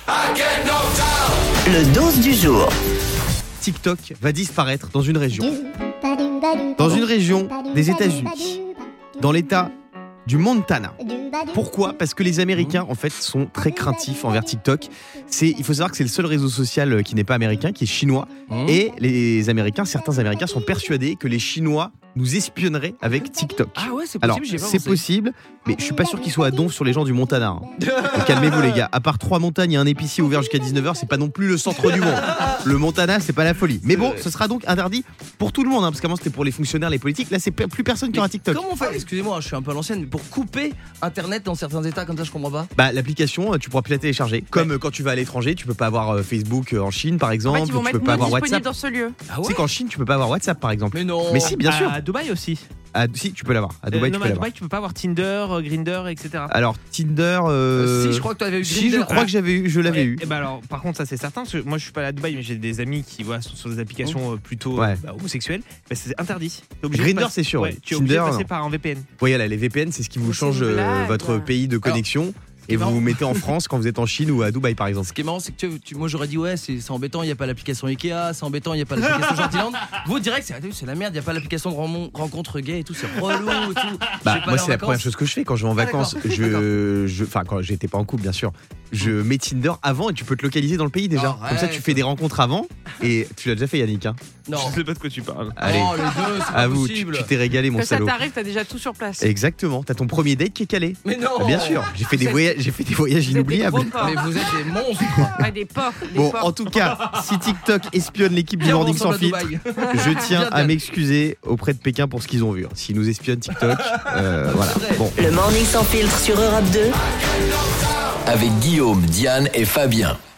Le 12 du jour. TikTok va disparaître dans une région. Dans une région des États-Unis. Dans l'état du Montana. Pourquoi ? Parce que les Américains, en fait, sont très craintifs envers TikTok. Il faut savoir que c'est le seul réseau social qui n'est pas américain, qui est chinois. Et certains Américains sont persuadés que les Chinois nous espionneraient avec TikTok. Ah ouais, c'est possible. Alors, j'ai pas c'est pensé. possible, mais je suis pas sûr qu'ils soient à donf sur les gens du Montana. Donc, calmez-vous les gars. À part 3 montagnes et un épicier ouvert jusqu'à 19h, c'est pas non plus le centre du monde. Le Montana, c'est pas la folie. Mais bon, ce sera donc interdit pour tout le monde, parce qu'avant c'était pour les fonctionnaires, les politiques. Là, c'est plus personne qui aura TikTok. Comment on fait ? Excusez-moi, je suis un peu à l'ancienne, mais pour couper Internet dans certains états comme ça, je comprends pas. Bah, l'application, tu pourras plus la télécharger. Comme quand tu vas à l'étranger, tu peux pas avoir Facebook en Chine, par exemple. En fait, ils vont tu mettre peux pas non avoir disponible WhatsApp. dans ce lieu. Ah Tu sais qu'en Chine, tu peux pas avoir WhatsApp, par exemple. Mais non. Mais si, bien sûr. À Dubaï aussi. Si, tu peux l'avoir. À Dubaï, non, tu mais peux à l'avoir. Dubaï, tu peux pas avoir Tinder, Grindr, etc. Alors, Tinder. Si, je crois que tu avais eu Si, je Grindr. crois que je l'avais eu. Et bah alors, par contre, ça c'est certain, parce que moi je suis pas allé à Dubaï, mais j'ai des amis qui sont sur des applications plutôt homosexuelles. Bah, c'est interdit. T'es obligé de Grindr, passer- c'est sûr. Ouais, tu es obligé de Tinder, passer non. par un VPN. Oui, là, les VPN, c'est ce qui vous Mais c'est change une blague. votre pays de connexion. Et vous vous mettez en France quand vous êtes en Chine ou à Dubaï, par exemple. Ce qui est marrant, c'est que moi j'aurais dit ouais, c'est embêtant, il n'y a pas l'application Ikea, c'est embêtant, il n'y a pas l'application Gentilland. Vous direct, c'est la merde, il n'y a pas l'application de rencontre gay et tout, c'est relou et tout. Bah, moi, c'est la première chose que je fais quand je vais en vacances. Enfin, quand j'étais pas en couple, bien sûr. Je mets Tinder avant et tu peux te localiser dans le pays déjà. Arrête. Comme ça, tu fais des rencontres avant. Et tu l'as déjà fait, Yannick. Hein. Non. Je sais pas de quoi tu parles. Allez, Oh, les deux, c'est pas à vous, tu possible. t'es régalé, mon Quand ça salaud. t'arrive, t'as déjà tout sur place. Exactement, t'as ton premier date qui est calé. Mais non. Ah, bien sûr, j'ai fait des voyages inoubliables. Des gros porcs. Mais vous êtes des monstres. Ouais, des porcs. Des Bon, porcs. en tout cas, si TikTok espionne l'équipe du Viens, on Morning ressemble sans à filtre, Dubaï. je tiens à Viens. m'excuser auprès de Pékin pour ce qu'ils ont vu. S'ils nous espionnent TikTok, voilà. Bon. Le Morning sans filtre sur Europe 2. Avec Guillaume, Diane et Fabien.